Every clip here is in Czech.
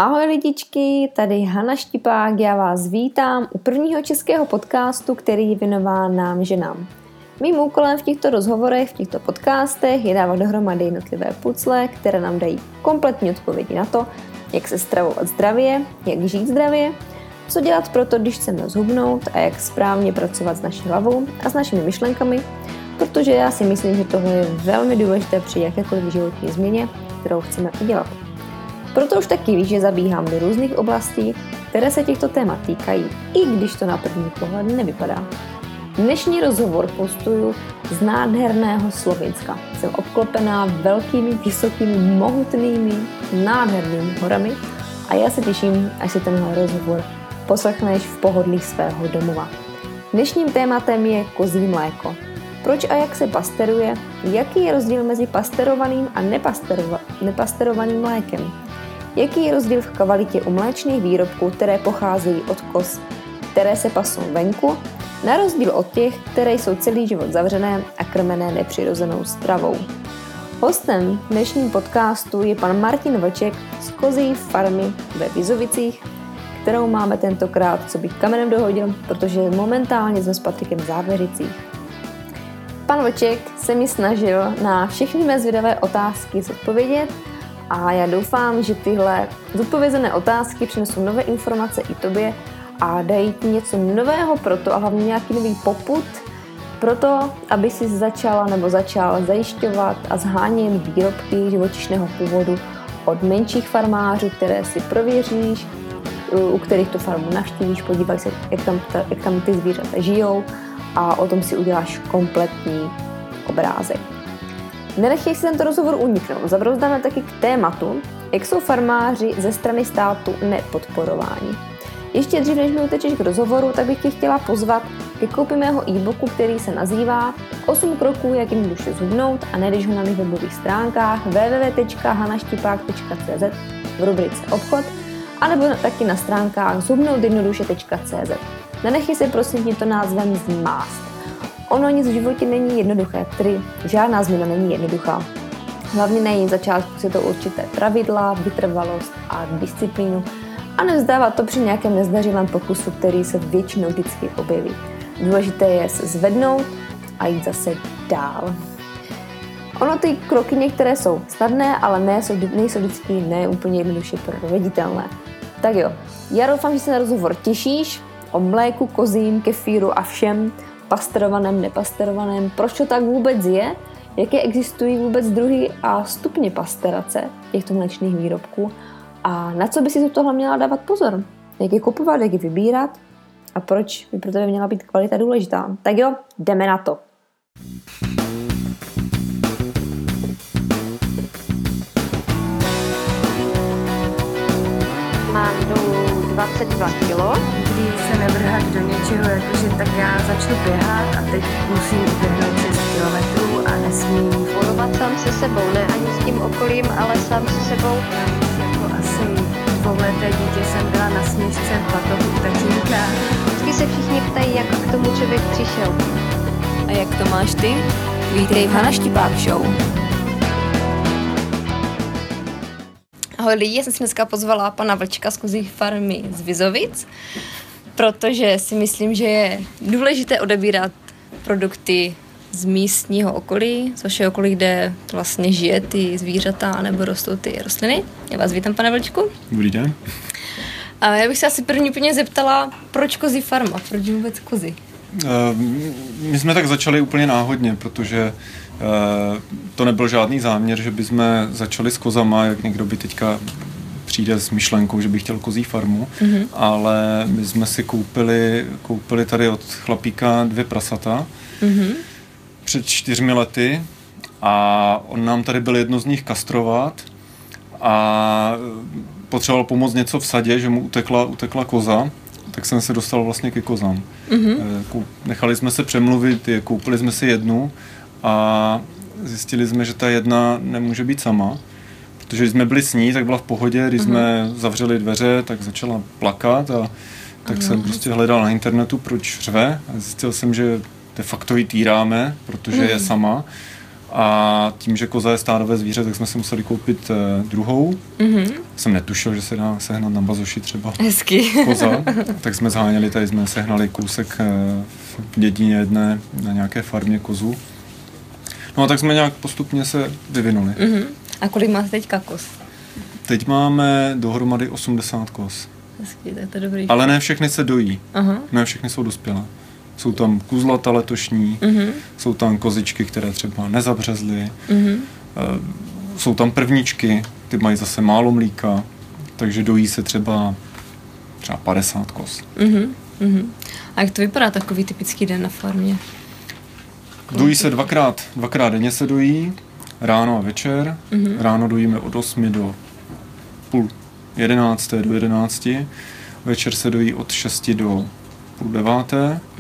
Ahoj lidičky, tady Hana Štipák, já vás vítám u prvního českého podcastu, který je věnován nám ženám. Mým úkolem v těchto rozhovorech, v těchto podcastech je dávat dohromady jednotlivé pucle, které nám dají kompletní odpovědi na to, jak se stravovat zdravě, jak žít zdravě, co dělat pro to, když chceme zhubnout a jak správně pracovat s naší hlavou a s našimi myšlenkami, protože já si myslím, že tohle je velmi důležité při jakékoliv životní změně, kterou chceme udělat. Proto už taky víš, že zabíhám do různých oblastí, které se těchto témat týkají, i když to na první pohled nevypadá. Dnešní rozhovor postuju z nádherného Slovinska. Jsem obklopená velkými, vysokými, mohutnými, nádhernými horami a já se těším, až si tenhle rozhovor poslechneš v pohodlí svého domova. Dnešním tématem je kozí mléko. Proč a jak se pasteruje, jaký je rozdíl mezi pasterovaným a nepasterovaným mlékem, jaký je rozdíl v kvalitě u mléčných výrobků, které pocházejí od koz, které se pasou venku, na rozdíl od těch, které jsou celý život zavřené a krmené nepřirozenou stravou. Hostem v dnešním podcastu je pan Martin Vlček z kozí farmy ve Vizovicích, kterou máme tentokrát, co bych kamenem dohodil, protože momentálně jsme s Patrikem v Závěřicích. Pan Vlček se mi snažil na všechny mé zvědavé otázky zodpovědět a já doufám, že tyhle zodpovězené otázky přinesou nové informace i tobě a dají ti něco nového proto a hlavně nějaký nový popud proto, aby si začala nebo začal zajišťovat a zhánět výrobky živočišného původu od menších farmářů, které si prověříš, u kterých tu farmu navštívíš, podívaj se, jak tam ty zvířata žijou a o tom si uděláš kompletní obrázek. Nenechej si tento rozhovor uniknout. Zabrouzdáme taky k tématu, jak jsou farmáři ze strany státu nepodporováni. Ještě dřív, než mi utečeš k rozhovoru, tak bych tě chtěla pozvat ke koupi mého e-booku, který se nazývá 8 kroků, jak jednoduše zhubnout a najdeš ho na mých webových stránkách www.hanaštipák.cz v rubrice obchod anebo taky na stránkách zhubnoutjednoduše.cz. Nenechej se prosím tímto názvem zmást. Ono nic v životě není jednoduché, tedy žádná změna není jednoduchá. Hlavně na jejím začátku si to určité pravidla, vytrvalost a disciplínu a nevzdávat to při nějakém nezdařilém pokusu, který se většinou vždycky objeví. Důležité je se zvednout a jít zase dál. Ono ty kroky některé jsou snadné, ale nejsou vždycky úplně jednoduše proveditelné. Tak jo, já doufám, že se na rozhovor těšíš o mléku, kozím, kefíru a všem pasterovaném, nepasterovaném, proč to tak vůbec je, jaké existují vůbec druhy a stupně pasterace těchto mléčných výrobků a na co by si z tohle měla dávat pozor, jak je kupovat, jak je vybírat a proč by pro tebe měla být kvalita důležitá. Tak jo, jdeme na to. Mám 22 kg. Když se nevrhat do něčeho, jakože tak já začnu běhat a teď musím uběhnout 6 kilometrů a nesmím Bojovat sám se sebou, ne ani s tím okolím, ale sám se sebou. Jako asi dvouleté dítě jsem byla na sněžce v batohu tatínka. Vždycky se všichni ptají, jak k tomu člověk přišel. A jak to máš ty? Vítej v Hana Štipák Show. Ahoj lidi, já jsem si dneska pozvala pana Vlčka z kozí farmy z Vizovic, protože si myslím, že je důležité odebírat produkty z místního okolí, z vašeho okolí, kde vlastně žije ty zvířata nebo rostou ty rostliny. Já vás vítám, pane Vlčku. Dobrý den. A já bych se asi první úplně zeptala, proč kozí farma, proč vůbec kozy? My jsme tak začali úplně náhodně, protože to nebyl žádný záměr, že bychom začali s kozama, jak někdo by teďka přijde s myšlenkou, že by chtěl kozí farmu, ale my jsme si koupili tady od chlapíka 2 prasata před 4 lety a on nám tady byl jedno z nich kastrovat a potřeboval pomoct něco v sadě, že mu utekla koza, tak jsem se dostal vlastně ke kozám. Nechali jsme se přemluvit, koupili jsme si jednu a zjistili jsme, že ta jedna nemůže být sama, protože když jsme byli s ní, tak byla v pohodě, když jsme zavřeli dveře, tak začala plakat a tak jsem prostě hledal na internetu, proč řve a zjistil jsem, že de facto ji týráme, protože je sama A tím, že koza je stádové zvíře, tak jsme si museli koupit druhou. Jsem netušil, že se dá sehnat na Bazoši třeba Hezky. koza. Tak jsme zháněli, tady jsme sehnali kousek v dědině jedné na nějaké farmě kozu. No a tak jsme nějak postupně se vyvinuli. A kolik máte teďka koz? Teď máme dohromady 80 koz. Hezky, tak to je dobrý. Ale ne všechny se dojí. Aha. Ne všechny jsou dospělé. Jsou tam kuzlata letošní, jsou tam kozičky, které třeba nezabřezly, jsou tam prvničky, ty mají zase málo mlíka, takže dojí se třeba 50 koz. A jak to vypadá takový typický den na farmě? Dojí se dvakrát denně se dojí, ráno a večer. Ráno dojíme od 8 do půl 11 do 11. Večer se dojí od 6 do půl 9.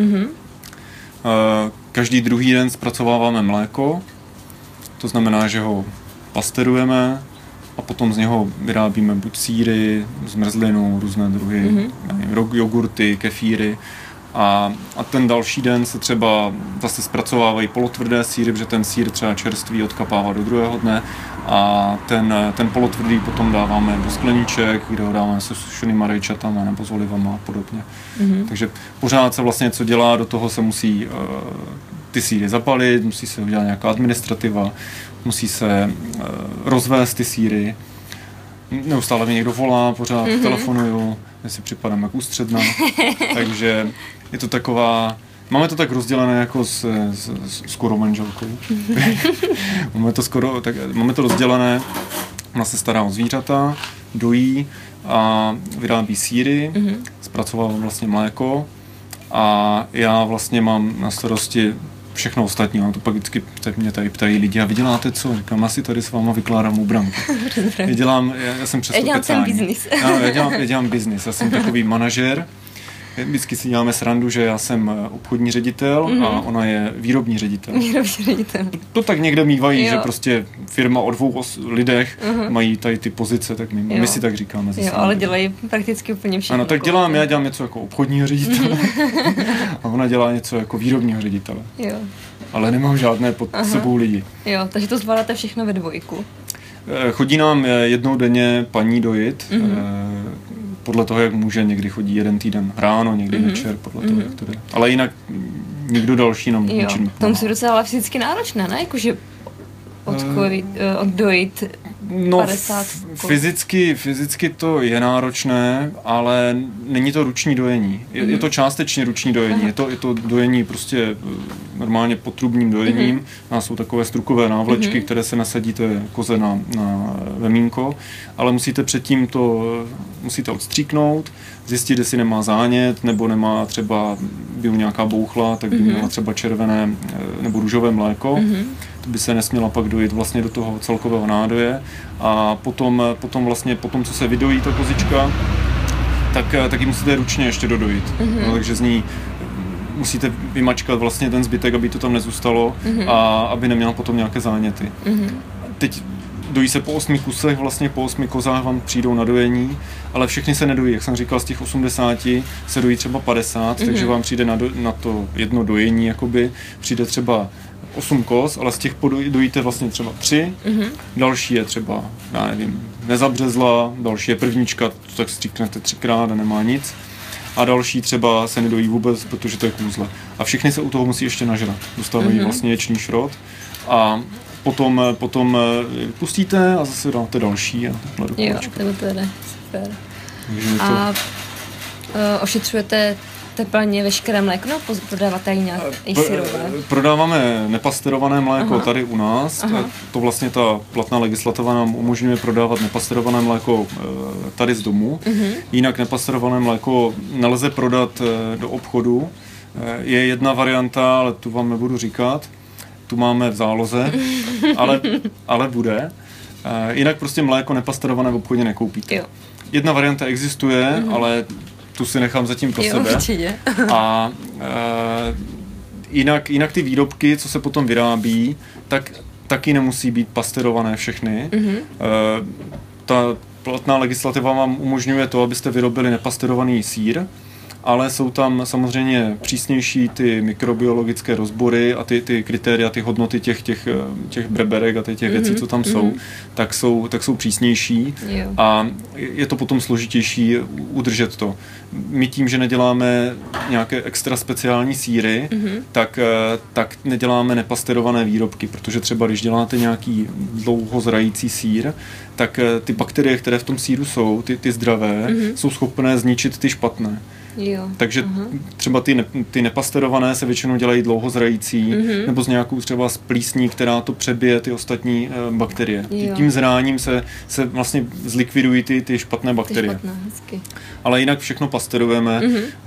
Každý druhý den zpracováváme mléko, to znamená, že ho pasterujeme a potom z něho vyrábíme buď sýry, zmrzlinu, různé druhy, jogurty, kefíry. A ten další den se třeba zase zpracovávají polotvrdé sýry, protože ten sýr třeba čerstvý odkapává do druhého dne a ten polotvrdý potom dáváme do skleníček, kde ho dáváme se sušenýma rajčatama nebo s olivama a podobně. Takže pořád se vlastně něco dělá, do toho se musí ty sýry zapalit, musí se udělat nějaká administrativa, musí se rozvést ty sýry. Neustále mi někdo volá, pořád telefonuju, jestli připadám jak ústředna, takže je to taková, máme to tak rozdělené jako s skoromanželkou. Máme to rozdělené, ona se stará o zvířata, dojí a vyrábí sýry, zpracovávám vlastně mléko a já vlastně mám na starosti všechno ostatní. A to pak vždycky mě tady ptají lidi, a vy děláte co? Říkám, asi tady s váma vykládám ubranku. Já jsem přesto pecání. Já dělám biznis, já jsem takový manažer. Vždycky si děláme srandu, že já jsem obchodní ředitel a ona je výrobní ředitel. To tak někde mívají, že prostě firma o 2 lidech mají tady ty pozice, tak my si tak říkáme. Jo, ale dělají prakticky úplně všechno. Ano, tak já dělám něco jako obchodního ředitele a ona dělá něco jako výrobního ředitele. Jo. Ale nemám žádné pod sebou lidi. Jo, takže to zvládáte všechno ve dvojku. Chodí nám jednou denně paní dojit, podle toho, jak může, někdy chodí jeden týden ráno, někdy večer, podle toho, jak to jde. Ale jinak nikdo další nám ničím. To musí docela fyzicky náročné, ne? Jakože oddojit 50 Fyzicky to je náročné, ale není to ruční dojení. Je to částečně ruční dojení. Je to dojení prostě normálně potrubním dojením. Jsou takové strukové návlečky, které se nasadíte koze na vemínko, ale musíte předtím musíte odstříknout, zjistit, jestli nemá zánět, nebo nemá třeba nějaká bouchla, tak by měla třeba červené nebo růžové mléko. To by se nesměla pak dojít vlastně do toho celkového nádoje a potom, co se vydojí ta kozička, tak ji musíte ručně ještě dodojit. No, takže z ní musíte vymačkat vlastně ten zbytek, aby to tam nezůstalo a aby neměla potom nějaké záněty. Teď dojí se po 8 kusech, vlastně po 8 kozách vám přijdou na dojení, ale všechny se nedojí. Jak jsem říkal, z těch 80 se dojí třeba 50, takže vám přijde na to jedno dojení, jakoby, přijde třeba 8 koz, ale z těch dojíte vlastně třeba 3, další je třeba, já nevím, nezabřezla, další je prvnička, to tak stříknete 3krát a nemá nic. A další třeba se nedojí vůbec, protože to je kůzle. A všechny se u toho musí ještě nažrat. Dostávají vlastně ječný šrot a potom pustíte a zase dáte další a takhle do kolečka. Jo, to jde, super. A ošetřujete teplně veškeré mléko, no prodáváte nějak i syrové? Prodáváme nepasterované mléko tady u nás. To vlastně ta platná legislativa nám umožňuje prodávat nepasterované mléko tady z domu. Jinak nepasterované mléko nelze prodat do obchodu. Je jedna varianta, ale tu vám nebudu říkat. Tu máme v záloze, ale bude. Jinak prostě mléko nepasterované v obchodě nekoupíte. Jo. Jedna varianta existuje, ale tu si nechám zatím pro sebe. Určitě. A jinak ty výrobky, co se potom vyrábí, tak taky nemusí být pasterované všechny. Ta platná legislativa vám umožňuje to, abyste vyrobili nepasterovaný sýr, ale jsou tam samozřejmě přísnější ty mikrobiologické rozbory a ty kritéria, ty hodnoty těch breberek a těch věcí, co tam jsou, tak jsou přísnější a je to potom složitější udržet to. My tím, že neděláme nějaké extra speciální sýry, tak neděláme nepasteurované výrobky, protože třeba když děláte nějaký dlouho zrající sýr, tak ty bakterie, které v tom sýru jsou, ty zdravé, jsou schopné zničit ty špatné. Jo. Takže třeba ty nepasteurované se většinou dělají dlouho zrající, nebo s nějakou třeba s plísní, která to přebije ty ostatní bakterie. Tím zráním se vlastně zlikvidují ty špatné bakterie. Ale jinak všechno pasteurujeme.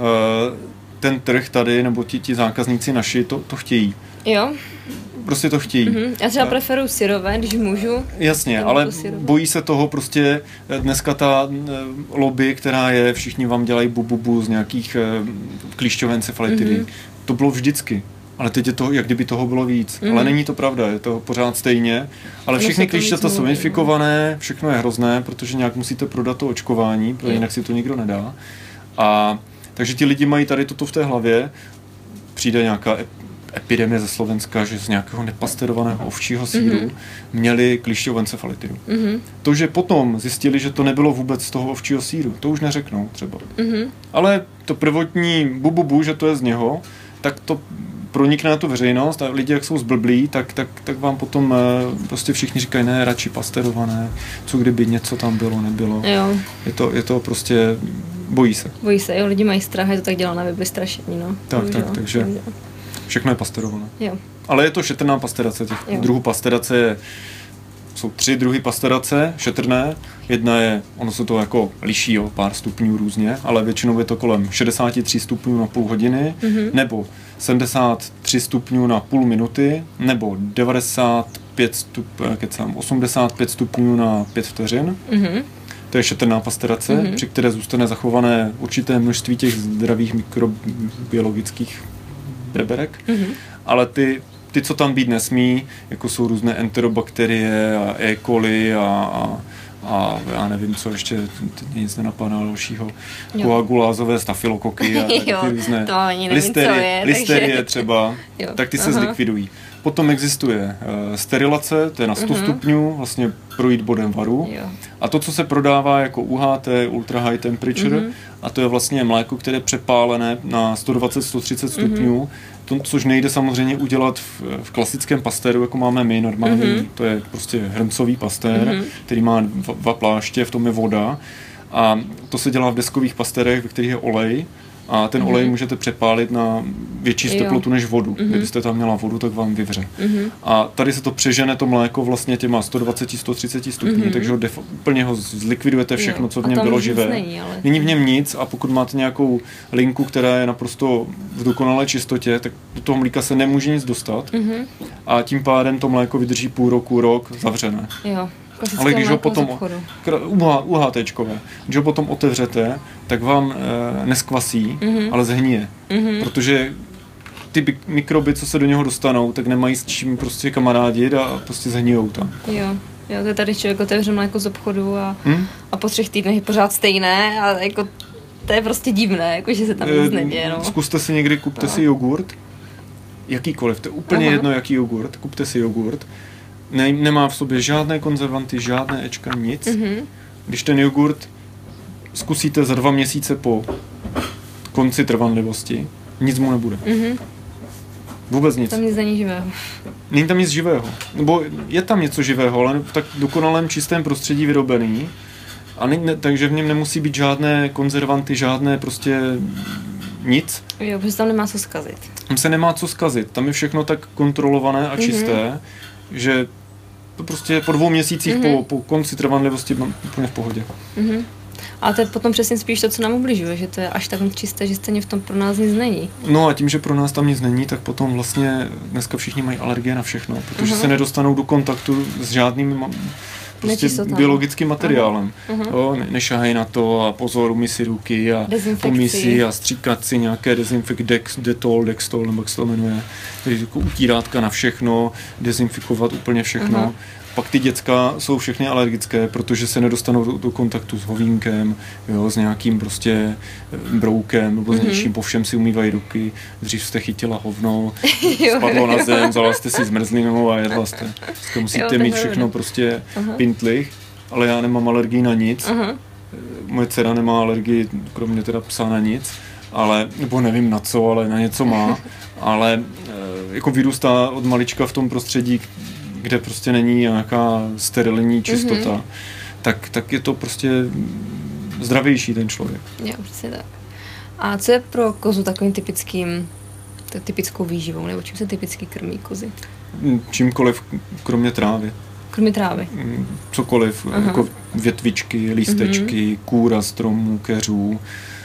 Ten trh tady, nebo ti zákazníci naši, to chtějí. Jo. Prostě to chtějí. Já třeba preferuji syrové, když můžu. Jasně, ale bojí se toho prostě dneska ta lobby, která je, všichni vám dělají bububu z nějakých klíšťové encefalitidy. To bylo vždycky. Ale teď je to, jak kdyby toho bylo víc. Ale není to pravda, je to pořád stejně. Ale všechny klíšťata jsou infikované, všechno je hrozné, protože nějak musíte prodat to očkování, protože jinak si to nikdo nedá. Takže ti lidi mají tady toto v té hlavě. Přijde nějaká epidemie ze Slovenska, že z nějakého nepasteurovaného ovčího sýru měli klíšťovou encefalitidu. To, že potom zjistili, že to nebylo vůbec z toho ovčího sýru, to už neřeknou třeba. Ale to prvotní bububu, že to je z něho, tak to pronikne na tu veřejnost a lidi, jak jsou zblblí, tak vám potom prostě všichni říkají, ne, radši pasteurované, co kdyby něco tam bylo, nebylo. Jo. Je to prostě, bojí se. Bojí se, jo, lidi mají strach, je to tak dělané, aby byli strašení, no. Takže všechno je pasteurované. Jo. Ale je to šetrná pasteurace. Těch druhů pasteurace jsou 3 druhy pasteurace, šetrné. Jedna je, ono se to jako liší o pár stupňů různě, ale většinou je to kolem 63 stupňů na půl hodiny, nebo 73 stupňů na půl minuty, nebo 85 stupňů na 5 vteřin. To je šetrná pasteurace, při které zůstane zachované určité množství těch zdravých mikrobiologických breberek, ale ty, co tam být nesmí, jako jsou různé enterobakterie a E. coli a já nevím, co ještě, nic nenapadá dalšího, koagulázové stafylokoky a různé listerie třeba, tak ty se zlikvidují. Potom existuje sterilace, to je na 100 stupňů, vlastně projít bodem varu. A to, co se prodává jako UHT, ultra high temperature, a to je vlastně mléko, které je přepálené na 120-130 stupňů, což nejde samozřejmě udělat v klasickém pastéru, jako máme my normální, to je prostě hrncový pastér, který má 2 pláště, v tom je voda. A to se dělá v deskových pastérech, ve kterých je olej. A ten olej můžete přepálit na větší teplotu než vodu. Kdybyste tam měla vodu, tak vám vyvře. A tady se to přežene to mléko vlastně těma 120-130 stupňů, takže úplně ho zlikvidujete všechno, co v něm bylo živé. Není v něm nic a pokud máte nějakou linku, která je naprosto v dokonalé čistotě, tak do toho mlíka se nemůže nic dostat a tím pádem to mléko vydrží půl roku, rok zavřené. Ale když ho potom UHTčkové, když ho potom otevřete, tak vám neskvasí, ale zhnije. Protože ty mikroby, co se do něho dostanou, tak nemají s čím prostě kamarádit a prostě zhnijou tam. Jo, to je tady člověk otevře mléko z obchodu a po 3 týdnech je pořád stejné a jako to je prostě divné, jako že se tam nic neděje. No. Zkuste si někdy, kupte si jogurt, jakýkoliv, to je úplně jedno jaký jogurt, kupte si jogurt, nemá v sobě žádné konzervanty, žádné Ečka, nic. Když ten jogurt zkusíte za 2 měsíce po konci trvanlivosti, nic mu nebude. Vůbec nic. Tam nic není živého. Není tam nic živého. Nebo je tam něco živého, ale v tak dokonalém čistém prostředí vyrobený. Takže v něm nemusí být žádné konzervanty, žádné prostě nic. Jo, protože tam nemá co zkazit. Tam se nemá co zkazit. Tam je všechno tak kontrolované a čisté, že to prostě po 2 měsících po konci trvanlivosti mám úplně v pohodě. A to je potom přesně spíš to, co nám ubližuje, že to je až tak čisté, že stejně v tom pro nás nic není. No a tím, že pro nás tam nic není, tak potom vlastně dneska všichni mají alergie na všechno, protože se nedostanou do kontaktu s žádným prostě biologickým materiálem. Nešahají na to a pozor, umí si ruky a umí si a stříkat si nějaké Dettol, Dextol, nebo jak se to jmenuje. Takže jako utírátka na všechno, dezinfikovat úplně všechno. Pak ty děcka jsou všechny alergické, protože se nedostanou do kontaktu s hovínkem, jo, s nějakým prostě broukem, nebo s něčím, po všem si umývají ruky. Dřív jste chytila hovno, spadlo na zem, vzala jste si zmrzlinou a jedla jste. Musíte mít všechno prostě pintlich, ale já nemám alergii na nic. Moje dcera nemá alergii, kromě teda psa, na nic, ale, nebo nevím na co, ale na něco má, ale jako vyrůstá od malička v tom prostředí, kde prostě není nějaká sterilní čistota, tak je to prostě zdravější ten člověk. Jo, přesně tak. A co je pro kozu takovým typickou výživou, nebo čím se typicky krmí kozy? Čímkoliv, kromě trávy. Kromě trávy? Cokoliv, jako větvičky, lístečky, kůra stromů, keřů.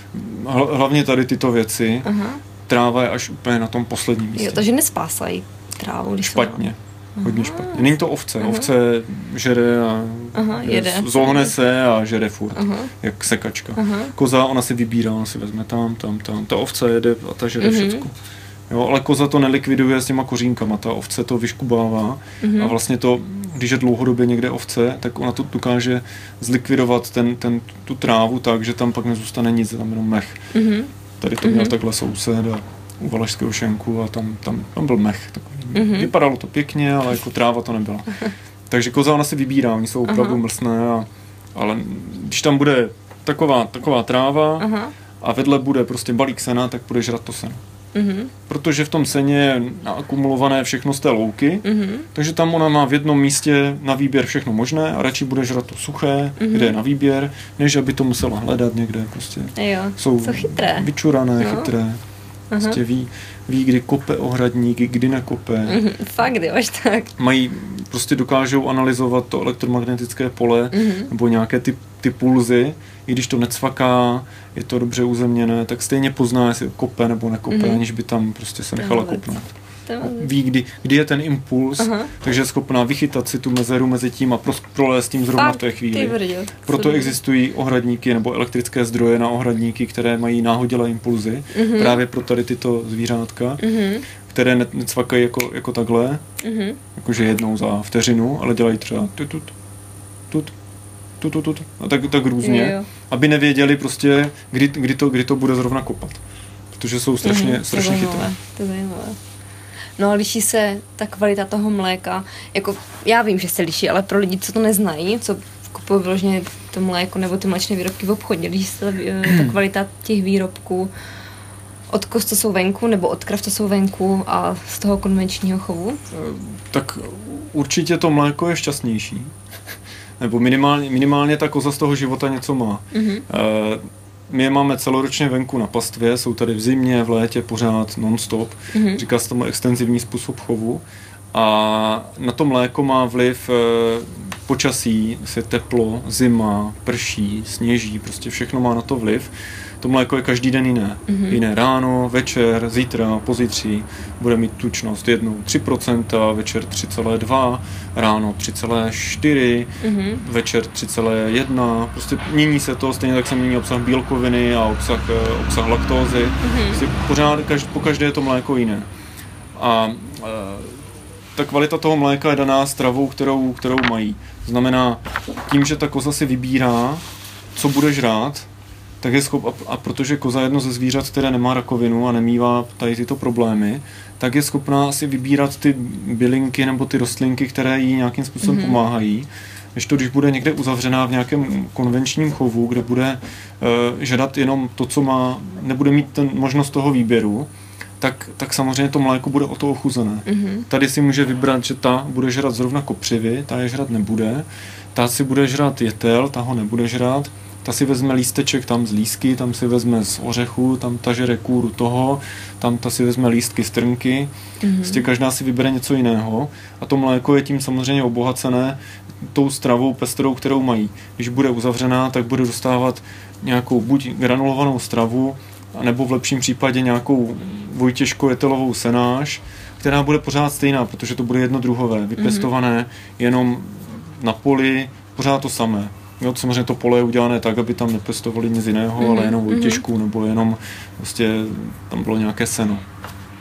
Hlavně tady tyto věci. Tráva je až úplně na tom posledním místě. Jo, takže nespásají trávu. Špatně. Hodně špatně. Není to ovce. Ovce žere a zohne se a žere furt, jak sekačka. Koza, ona si vybírá, ona si vezme tam. Ta ovce jede a ta žere všecko. Jo, ale koza to nelikviduje s těma kořínkama, ta ovce to vyškubává a vlastně to, když je dlouhodobě někde ovce, tak ona to dokáže zlikvidovat tu trávu tak, že tam pak nezůstane nic, tam jenom mech. Tady to měl takhle soused a u Valašského šenku a tam byl mech. Vypadalo to pěkně, ale jako tráva to nebyla. Takže koza ona si vybírá, oni jsou opravdu mlsné, ale když tam bude taková tráva a vedle bude prostě balík sena, tak bude žrat to seno. Protože v tom seně je akumulované všechno z té louky, takže tam ona má v jednom místě na výběr všechno možné a radši bude žrat to suché, kde je na výběr, než aby to musela hledat někde. Prostě. Jsou chytré. Vyčurané, chytré. Prostě ví, kdy kope ohradník, kdy nekope. Fakt, jo, až tak. Prostě dokážou analyzovat to elektromagnetické pole nebo nějaké ty pulzy, i když to necvaká, je to dobře uzemněné, tak stejně pozná, jestli kope nebo nekope, aniž by tam prostě se nechala kopnout. Ví, kdy je ten impuls, takže je schopná vychytat si tu mezeru mezi tím a prolézt tím zrovna v té chvíli. Proto existují ohradníky nebo elektrické zdroje na ohradníky, které mají náhodilé impulzy, právě pro tady tyto zvířátka, které necvakají jako takhle, jakože jednou za vteřinu, ale dělají třeba tut, a tak různě, aby nevěděli prostě, kdy to bude zrovna kopat. Protože jsou strašně chytré. To je zajímavé. No, liší se ta kvalita toho mléka. Jako, já vím, že se liší, ale pro lidi, co to neznají, co kupují vyloženě to mléko nebo ty mléčné výrobky v obchodě, liší se ta kvalita těch výrobků od koz, co jsou venku, nebo od krav, co jsou venku a z toho konvenčního chovu? Tak určitě to mléko je šťastnější. Nebo minimálně ta koza z toho života něco má. My je máme celoročně venku na pastvě, jsou tady v zimě, v létě pořád non-stop. Říká se tomu extenzivní způsob chovu. A na to mléko má vliv počasí, je teplo, zima, prší, sněží, prostě všechno má na to vliv. To mléko je každý den jiné. Jiné ráno, večer, zítra, pozítří bude mít tučnost jednou 3%, večer 3,2%, ráno 3,4%, večer 3,1%. Prostě mění se to, stejně tak se mění obsah bílkoviny a obsah laktózy. Prostě pořád, po každé je to mléko jiné. A ta kvalita toho mléka je daná stravou, kterou mají. To znamená, tím, že ta koza si vybírá, co bude žrát, tak je a protože koza je jedno ze zvířat, které nemá rakovinu a nemívá tady tyto problémy, tak je schopná si vybírat ty bylinky nebo ty rostlinky, které jí nějakým způsobem pomáhají. Když bude někde uzavřená v nějakém konvenčním chovu, kde bude žrat jenom to, co má, nebude mít možnost toho výběru, tak samozřejmě to mléko bude o to ochuzené. Tady si může vybrat, že ta bude žrat zrovna kopřivy, ta je žrat nebude, ta si bude žrat jetel, ta ho nebude žrat, ta si vezme lísteček tam z lísky, tam si vezme z ořechu, tam ta žere kůru toho, tam ta si vezme lístky z trnky, prostě každá si vybere něco jiného a to mléko je tím samozřejmě obohacené tou stravou pestrou, kterou mají. Když bude uzavřená, tak bude dostávat nějakou buď granulovanou stravu, nebo v lepším případě nějakou vojtěžko-jetelovou senáž, která bude pořád stejná, protože to bude jednodruhové, vypěstované jenom na poli, pořád to samé. Jo, samozřejmě to pole je udělané tak, aby tam nepěstovali nic jiného, ale jenom vojtěžku, nebo jenom prostě tam bylo nějaké seno.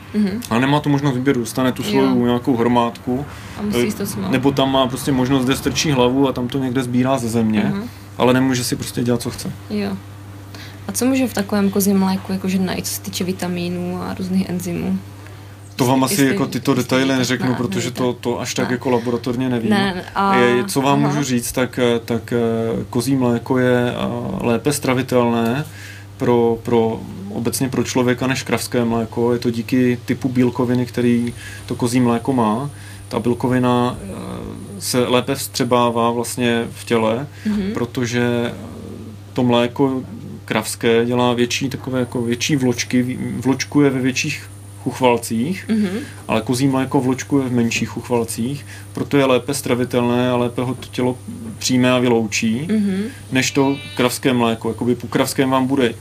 A nemá tu možnost výběru, dostane tu svou nějakou hromádku, a musí to nebo tam má prostě možnost, kde strčí hlavu a tam to někde sbírá ze země, ale nemůže si prostě dělat, co chce. Jo. A co může v takovém kozím mléku jakože najít, co se týče vitamínů a různých enzymů? To vám asi jako tyto detaily neřeknu, protože to až tak jako laboratorně nevím. Co vám můžu říct, tak kozí mléko je lépe stravitelné obecně pro člověka než kravské mléko. Je to díky typu bílkoviny, který to kozí mléko má. Ta bílkovina se lépe vstřebává vlastně v těle, protože to mléko kravské dělá větší vločky, vločkuje ve větších chuchvalcích, ale kozí mléko vločkuje v menších chuchvalcích, proto je lépe stravitelné a lépe ho to tělo přijme a vyloučí, než to kravské mléko. Jakoby po kravském vám bude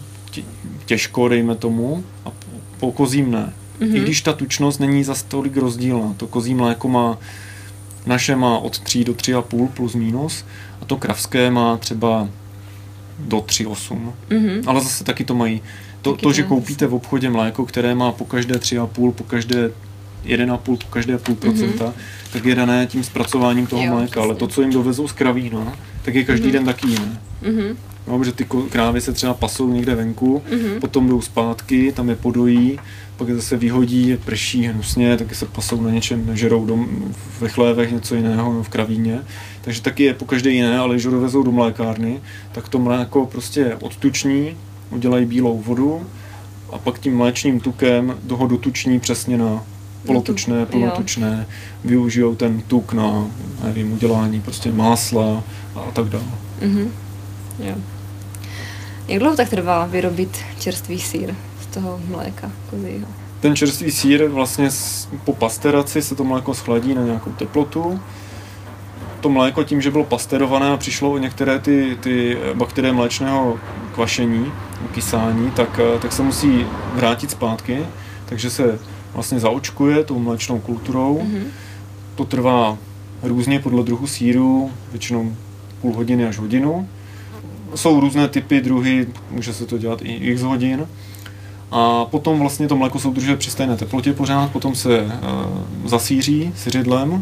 těžko, dejme tomu, a po kozím ne. I když ta tučnost není zas tolik rozdílná. To kozí mléko naše má od 3 do 3,5 plus minus a to kravské má třeba do 3,8. Ale zase taky to mají. To, že koupíte v obchodě mléko, které má po každé 3,5, po každé 1,5, po každé 0,5%, tak je dané tím zpracováním toho mléka. Ale to, co jim dovezou z kravína, tak je každý den taky jiné. No, protože ty krávy se třeba pasou někde venku, potom jdou zpátky, tam je podojí, pak je zase vyhodí, prší hnusně, taky se pasou na něčem, žerou ve chlévech něco jiného v kravíně. Takže taky je po každé jiné, ale když ho dovezou do mlékárny, tak to mléko prostě odtuční, udělají bílou vodu a pak tím mléčným tukem ho dotuční přesně na polotučné, polotučné, využijou ten tuk na, nevím, udělání prostě másla a tak dále. Jo. Jak dlouho tak trvá vyrobit čerstvý sýr z toho mléka kozího? Ten čerstvý sýr vlastně po pasteraci se to mléko schladí na nějakou teplotu. To mléko tím, že bylo pasterované a přišlo o některé ty bakterie mléčného kvašení, kysání, tak se musí vrátit zpátky, takže se vlastně zaočkuje tou mléčnou kulturou. To trvá různě podle druhu sýru, většinou půl hodiny až hodinu. Jsou různé typy, druhy, může se to dělat i x hodin. A potom vlastně to mléko se udržuje při stejné teplotě pořád, potom se zasýří syřidlem.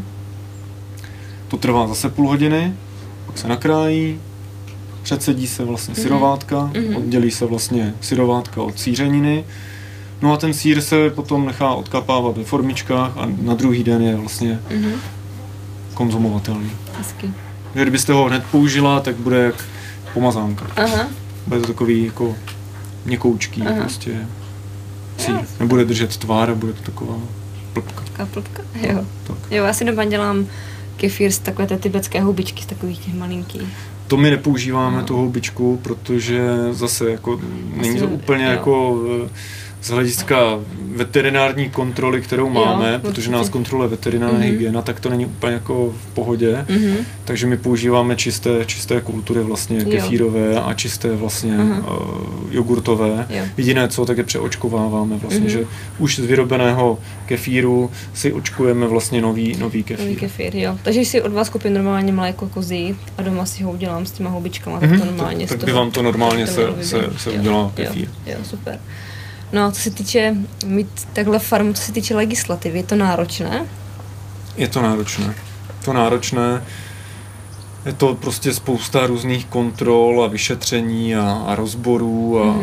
To trvá zase půl hodiny, pak se nakrájí, předsedí se vlastně syrovátka, oddělí se vlastně syrovátka od sýřeniny. No a ten sýr se potom nechá odkapávat ve formičkách a na druhý den je vlastně konzumovatelný. Hezky. Kdybyste ho hned použila, tak bude jak pomazánka. Bude to takový jako měkoučký prostě sýr. Nebude držet tvár a bude to taková plpka. Taková plpka? Jo. Jo, já si doma dělám kefír z takové té tibetské houbičky, z takových těch malinkých. To my nepoužíváme, tu houbičku, protože zase jako není to úplně jako z hlediska veterinární kontroly, kterou máme, protože nás kontroluje veterinární hygiena, tak to není úplně jako v pohodě. Takže my používáme čisté kultury vlastně kefírové a čisté vlastně jogurtové. Jediné co, tak je přeočkováváme vlastně, že už z vyrobeného kefíru si očkujeme vlastně nový kefír. Nový kefír, jo. Takže si od vás koupím normálně mléko kozí a doma si ho udělám s těma houbičkama, tak to normálně tak by vám to normálně se udělá kefír. Jo, super. No a co se týče mít takhle farmu, co se týče legislativy, je to náročné? Je to náročné. Je to prostě spousta různých kontrol a vyšetření a rozborů a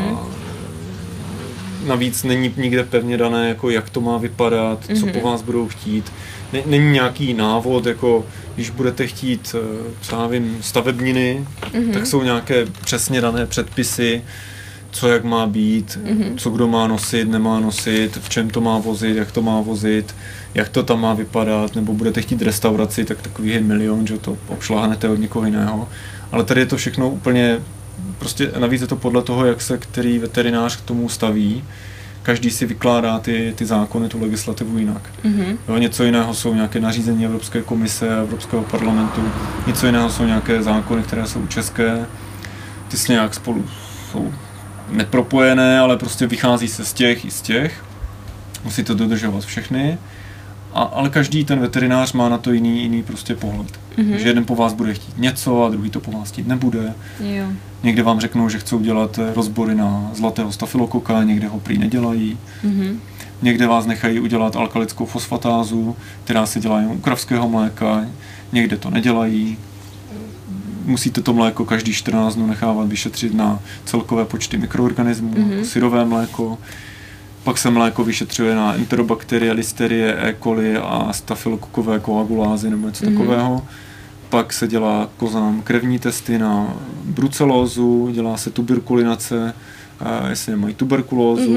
navíc není nikde pevně dané, jako jak to má vypadat, co po vás budou chtít. Není nějaký návod, jako když budete chtít, co já vím, stavebniny, tak jsou nějaké přesně dané předpisy, co jak má být, co kdo má nosit, nemá nosit, v čem to má vozit, jak to má vozit, jak to tam má vypadat, nebo budete chtít restauraci, tak takový je milion, že to obšláhnete od někoho jiného. Ale tady je to všechno úplně, prostě navíc je to podle toho, jak se který veterinář k tomu staví. Každý si vykládá ty zákony, tu legislativu jinak. Jo, něco jiného jsou nějaké nařízení Evropské komise, Evropského parlamentu, něco jiného jsou nějaké zákony, které jsou české, ty s nějak spolu jsou nepropojené, ale prostě vychází se z těch i z těch. Musí to dodržovat všechny. Ale každý ten veterinář má na to jiný prostě pohled. Že jeden po vás bude chtít něco a druhý to po vás chtít nebude. Jo. Někde vám řeknou, že chcou dělat rozbory na zlatého stafilokoka, někde ho prý nedělají. někde vás nechají udělat alkalickou fosfatázu, která se dělá jen u kravského mléka, někde to nedělají. Musíte to mléko každý 14 dnů nechávat vyšetřit na celkové počty mikroorganismů, syrové mléko. Pak se mléko vyšetřuje na enterobakterie, listerie, E. coli a stafylokokové koagulázy nebo něco takového. Pak se dělá kozám krevní testy na brucelózu, dělá se tuberkulinace, jestli nemají tuberkulózu.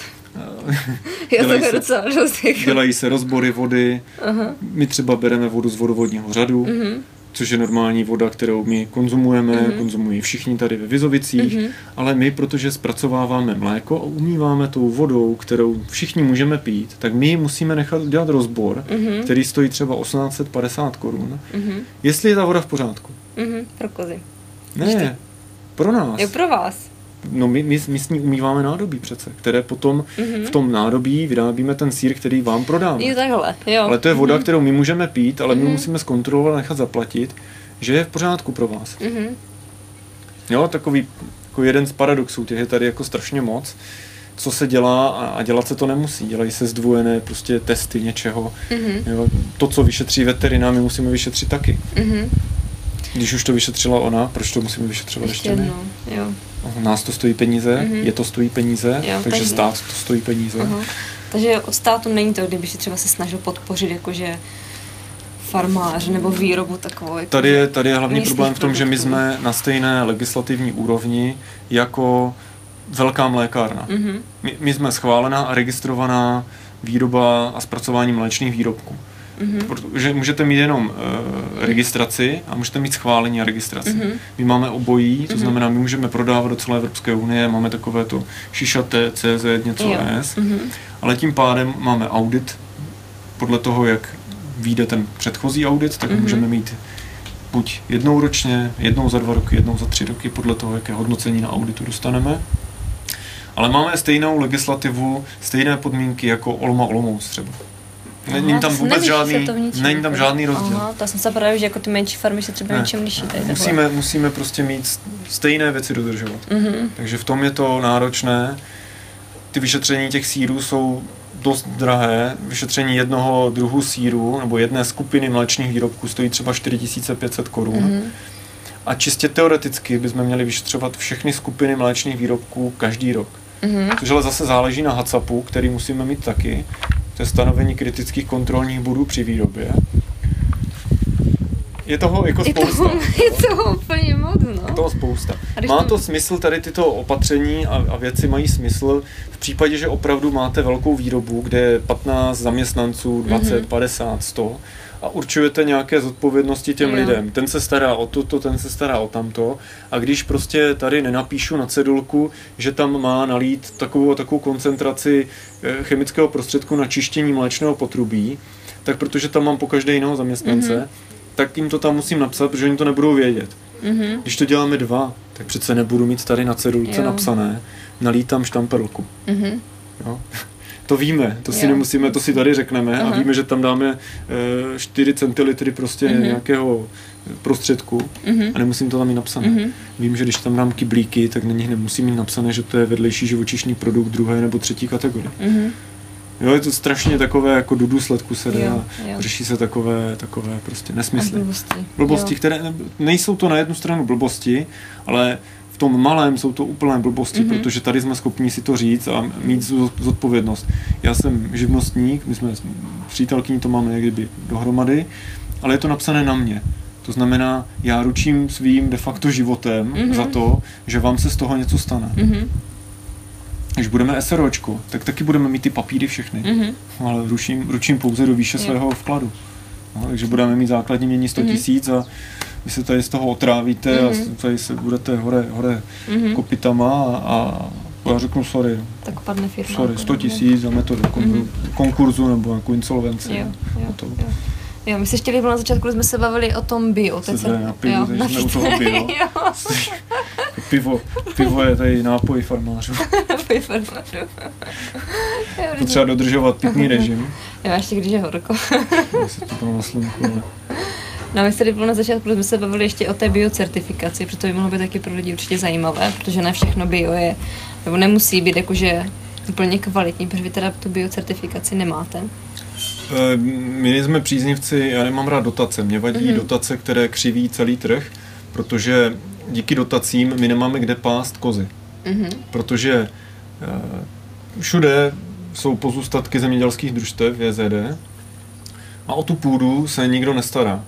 Dělají se rozbory vody. My třeba bereme vodu z vodovodního řadu, což je normální voda, kterou my konzumujeme, konzumují všichni tady ve Vizovicích, ale my, protože zpracováváme mléko a umýváme tou vodou, kterou všichni můžeme pít, tak my musíme nechat dělat rozbor, který stojí třeba 1850 korun, jestli je ta voda v pořádku. Pro kozy. Ne, pro nás. Jo, pro vás. No my s ní umýváme nádobí přece, které potom v tom nádobí vyrábíme ten sýr, který vám prodáme. Jo, takhle, jo. Ale to je voda, kterou my můžeme pít, ale my musíme zkontrolovat a nechat zaplatit, že je v pořádku pro vás. Jo, takový jako jeden z paradoxů, těch je tady jako strašně moc, co se dělá a dělat se to nemusí. Dělají se zdvojené prostě testy něčeho. Jo, to, co vyšetří veterina, my musíme vyšetřit taky. Když už to vyšetřila ona, proč to musíme vyšetřovat ještě my? Jo. Nás to stojí peníze, je to stojí peníze, jo, takže stát to stojí peníze. Takže od státu není to, kdyby si třeba se snažil podpořit jakože farmář nebo výrobu takovou. Jako Tady je hlavní problém v tom, že my jsme na stejné legislativní úrovni jako velká mlékárna. My jsme schválená a registrovaná výroba a zpracování mléčných výrobků. Protože můžete mít jenom registraci a můžete mít schválení a registraci. My máme obojí, to znamená, my můžeme prodávat do celé Evropské unie, máme takové to šišaté, CZ, něco S, ale tím pádem máme audit podle toho, jak vyjde ten předchozí audit, tak můžeme mít buď jednou ročně, jednou za 2 roky, jednou za 3 roky, podle toho, jaké hodnocení na auditu dostaneme. Ale máme stejnou legislativu, stejné podmínky jako Olomouc třeba. Není tam vůbec žádný rozdíl. Aha, to jsem se právě, že jako ty menší farmy se třeba něčem liší. Musíme prostě mít stejné věci dodržovat. Takže v tom je to náročné. Ty vyšetření těch sýrů jsou dost drahé. Vyšetření jednoho druhu sýru nebo jedné skupiny mléčných výrobků stojí třeba 4500 korun. A čistě teoreticky bychom měli vyšetřovat všechny skupiny mléčných výrobků každý rok. Což ale zase záleží na HACCPu, který musíme mít taky. To je stanovení kritických kontrolních bodů při výrobě. Je toho jako spousta. Je toho úplně moc, no. Je toho spousta. Má to smysl, tady tyto opatření a věci mají smysl v případě, že opravdu máte velkou výrobu, kde je 15 zaměstnanců, 20, 50, 100 a určujete nějaké zodpovědnosti těm lidem. Ten se stará o toto, ten se stará o tamto a když prostě tady nenapíšu na cedulku, že tam má nalít takovou koncentraci chemického prostředku na čištění mléčného potrubí, tak protože tam mám pokaždé jiného zaměstnance, tak jim to tam musím napsat, protože oni to nebudou vědět. Když to děláme 2, tak přece nebudu mít tady na cedulce napsané, nalít tam štamperlku. Jo? To víme, to si nemusíme, to si tady řekneme a víme, že tam dáme 4 centilitry prostě nějakého prostředku a nemusím to tam mít napsané. Vím, že když tam dám kyblíky, tak na nich nemusím mít napsané, že to je vedlejší živočišný produkt 2. nebo 3. kategorie. Jo, je to strašně takové, jako do důsledku se jde a řeší se takové prostě nesmysly. Blbosti, které nejsou to na jednu stranu blbosti, ale v tom malém jsou to úplné blbosti, protože tady jsme schopni si to říct a mít zodpovědnost. Já jsem živnostník, my jsme s přítelkyní to máme někdy dohromady, ale je to napsané na mě. To znamená, já ručím svým de facto životem za to, že vám se z toho něco stane. Když budeme SROčko, tak taky budeme mít ty papíry všechny, ale ručím pouze do výše svého vkladu. No, takže budeme mít základní mění 100 000 a vy se tady z toho otrávíte a tady se budete hore kopitama a já řeknu sorry. Tak padne firma. Sorry, 100 000 za metodu konkurzu nebo jako insolvenci. Jo, my se ještě líbilo na začátku, když jsme se bavili o tom bio. Na pivu, takže jsme u toho bio. Pivo je tady nápoj farmářů. Nápoj farmářů. To třeba dodržovat pitný režim. Jo, ještě když je horko. Já se to bylo na slunku, ale... No, my se líbilo na začátku, když jsme se bavili ještě o té biocertifikaci, protože to by mohlo být taky pro lidi určitě zajímavé, protože ne všechno bio je, nebo nemusí být jakože úplně kvalitní, protože vy teda tu biocertifikaci nemáte. My nejsme příznivci, já nemám rád dotace. Mě vadí dotace, které křiví celý trh, protože díky dotacím my nemáme kde pást kozy. Protože všude jsou pozůstatky zemědělských družstev, JZD, a o tu půdu se nikdo nestará.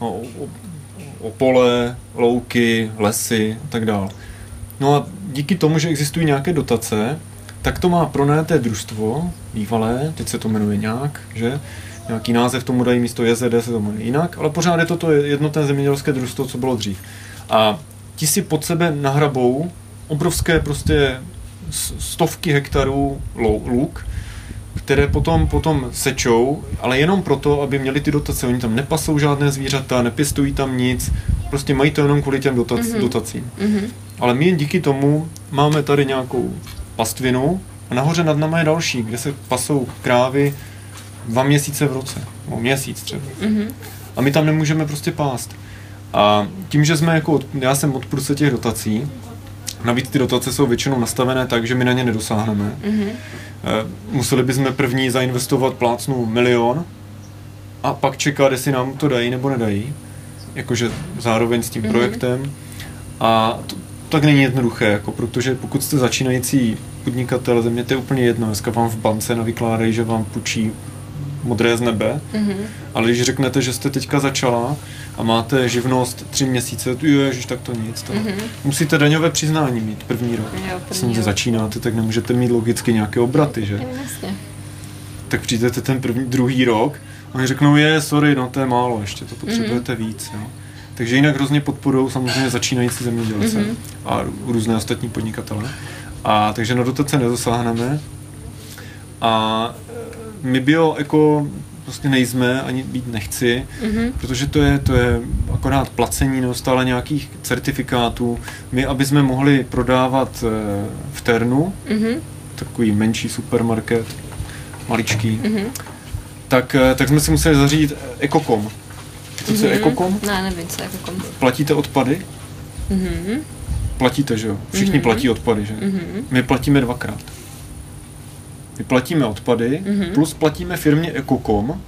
O pole, louky, lesy a tak dále. No a díky tomu, že existují nějaké dotace, tak to má pronajaté družstvo, bývalé, teď se to jmenuje nějak, že? Nějaký název tomu dají místo JZD, se to jmenuje jinak, ale pořád je to jednotné zemědělské družstvo, co bylo dřív. A ti si pod sebe nahrabou obrovské prostě stovky hektarů luk, které potom sečou, ale jenom proto, aby měli ty dotace. Oni tam nepasou žádné zvířata, nepěstují tam nic, prostě mají to jenom kvůli těm dotacím. Ale my díky tomu máme tady nějakou pastvinu a nahoře nad námi je další, kde se pasou krávy 2 měsíce v roce, nebo měsíc třeba. A my tam nemůžeme prostě pást. A tím, že já jsem odpůrce těch dotací, navíc ty dotace jsou většinou nastavené tak, že my na ně nedosáhneme. Museli bychom první zainvestovat plácnu 1 milion a pak čekat, jestli nám to dají nebo nedají. Jakože zároveň s tím projektem. A to tak není jednoduché, protože pokud jste začínající podnikatel, země, to je úplně jedno. Dneska vám v bance navykládají, že vám půjčí modré z nebe, ale když řeknete, že jste teďka začala a máte živnost 3 měsíce, ježiš, tak to nic. Musíte daňové přiznání mít první rok. Když začínáte, tak nemůžete mít logicky nějaké obraty, že? Jasně. Tak přijdete ten druhý rok a oni řeknou, sorry, no to je málo, ještě to potřebujete víc. Jo? Takže jinak hrozně podporují samozřejmě začínající zemědělce a různé ostatní podnikatele. A takže na dotace nedosáhneme. A my bio-eko prostě nejsme, ani být nechci, protože to je akorát placení neustále nějakých certifikátů. My, aby jsme mohli prodávat v Ternu, takový menší supermarket, maličký, tak jsme si museli zařídit Ekokom. To, co je Ekokom? Ne, nevím, co je Ekokom. Platíte odpady? Platíte, že jo? Všichni platí odpady, že? My platíme 2krát. My platíme odpady, plus platíme firmě Ekokom,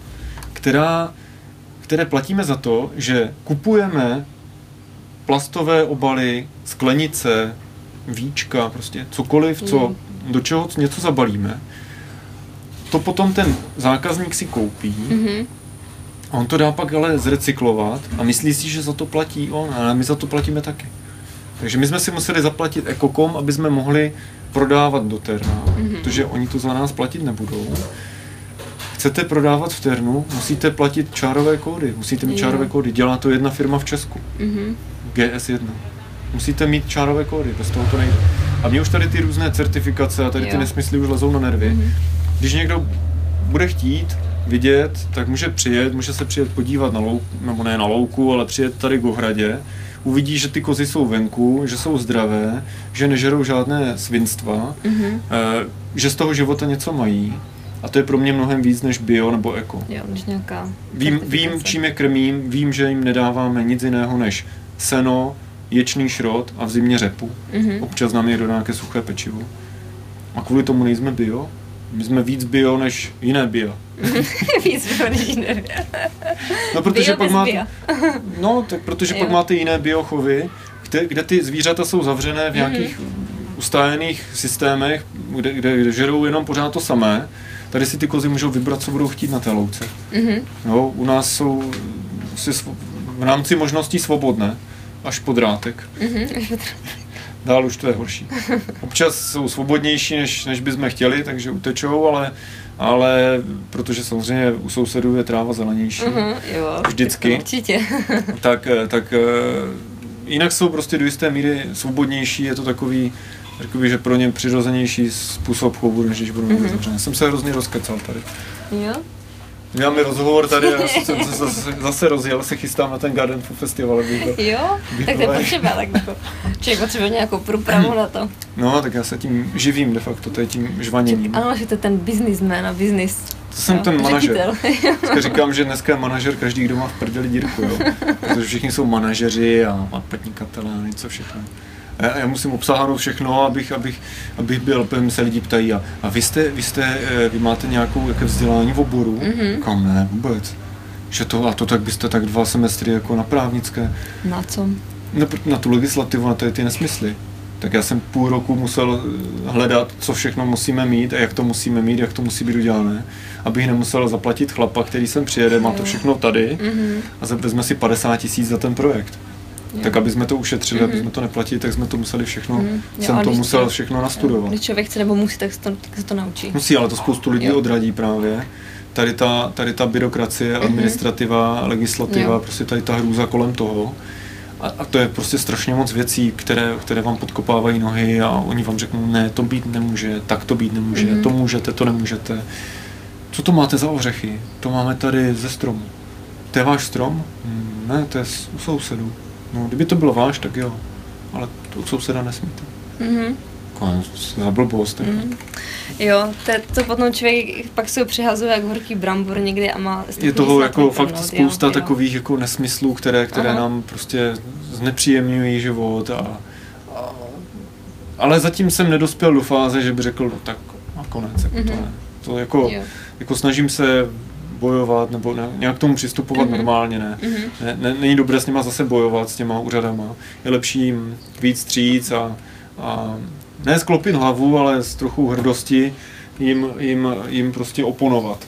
které platíme za to, že kupujeme plastové obaly, sklenice, víčka, prostě cokoliv, do čeho něco zabalíme. To potom ten zákazník si koupí, a on to dá pak ale zrecyklovat a myslí si, že za to platí on, ale my za to platíme taky. Takže my jsme si museli zaplatit Ekokom, aby jsme mohli prodávat do Terna, protože oni to za nás platit nebudou. Chcete prodávat v Ternu, musíte platit čárové kódy, musíte mít čárové kódy, dělá to jedna firma v Česku, GS1. Musíte mít čárové kódy, bez toho to nejde. A mě už tady ty různé certifikace a tady ty nesmysly už lezou na nervy. Když někdo bude chtít vidět, tak může se přijet podívat na louku, nebo ne na louku, ale přijet tady k ohradě, uvidí, že ty kozy jsou venku, že jsou zdravé, že nežerou žádné svinstva, že z toho života něco mají. A to je pro mě mnohem víc než bio nebo eko. Jo, než nějaká vím, čím je krmím, vím, že jim nedáváme nic jiného než seno, ječný šrot a v zimě řepu. Občas nám někdo dá nějaké suché pečivo. A kvůli tomu nejsme bio. My jsme víc bio než jiné bio. Víc bio než jiné bio. No, protože pak máte jiné biochovy, kde ty zvířata jsou zavřené v nějakých ustájených systémech, kde žerou jenom pořád to samé. Tady si ty kozy můžou vybrat, co budou chtít na té louce. No, u nás jsou v rámci možností svobodné, až po drátek. Dál už to je horší. Občas jsou svobodnější, než bychom chtěli, takže utečou, ale protože samozřejmě u sousedů je tráva zelenější. Jo, vždycky. Určitě. tak jinak jsou prostě do jisté míry svobodnější, je to takový, že pro ně přirozenější způsob chovu, než když budou někde zavřené. Jsem se hrozně rozkecal tady. Jo? Máme rozhovor tady a jsem se zase rozjel, se chystám na ten Garden Food Festival. Jo? Tak to je potřeba, tak jako, člověk potřebuje nějakou průpravu na to. No, tak já se tím živím de facto, to je tím žvaněním. Ano, že to je ten businessman a business. To jsem ten manažer. Dneska říkám, že dneska je manažer každý, kdo má v prdeli dírku, jo. Protože všichni jsou manažeři a podnikatelé a něco všechno. Já musím obsáhnout všechno, abych byl, protože se lidi ptají, a vy máte nějakou jaké vzdělání v oboru? Kam ne, vůbec. Že to tak byste tak 2 semestry jako na právnické. Na co? Na tu legislativu, na ty nesmysly. Tak já jsem půl roku musel hledat, co všechno musíme mít a jak to musíme mít, jak to musí být udělané, abych nemusel zaplatit chlapa, který sem přijede, má to všechno tady a vezme si 50 000 za ten projekt. Tak aby jsme to ušetřili, aby jsme to neplatili, tak jsme to museli všechno, jsem to musel všechno nastudovat. Když člověk chce nebo musí, tak se to naučí. Musí, ale to spoustu lidí odradí právě. Tady ta byrokracie, administrativa, legislativa, prostě tady ta hrůza kolem toho. A to je prostě strašně moc věcí, které vám podkopávají nohy a oni vám řeknou, ne, to být nemůže, tak to být nemůže, to můžete, to nemůžete. Co to máte za ořechy? To máme tady ze stromu. To je váš strom? Ne, to je u sousedů. No, kdyby to bylo váš, tak jo, ale to u souseda nesmíte. Za blbost. Jo, to potom člověk pak se ho přihazuje jak horký brambor někdy a má... Je toho jako fakt spousta takových jako nesmyslů, které nám prostě znepříjemňují život ale zatím jsem nedospěl do fáze, že by řekl, no tak a konec, jako to ne. To jako snažím se bojovat nebo nějak k tomu přistupovat normálně, ne. Není dobré s nima zase bojovat, s těma úřadama. Je lepší jim víc stříc a ne sklopit hlavu, ale s trochu hrdosti jim prostě oponovat.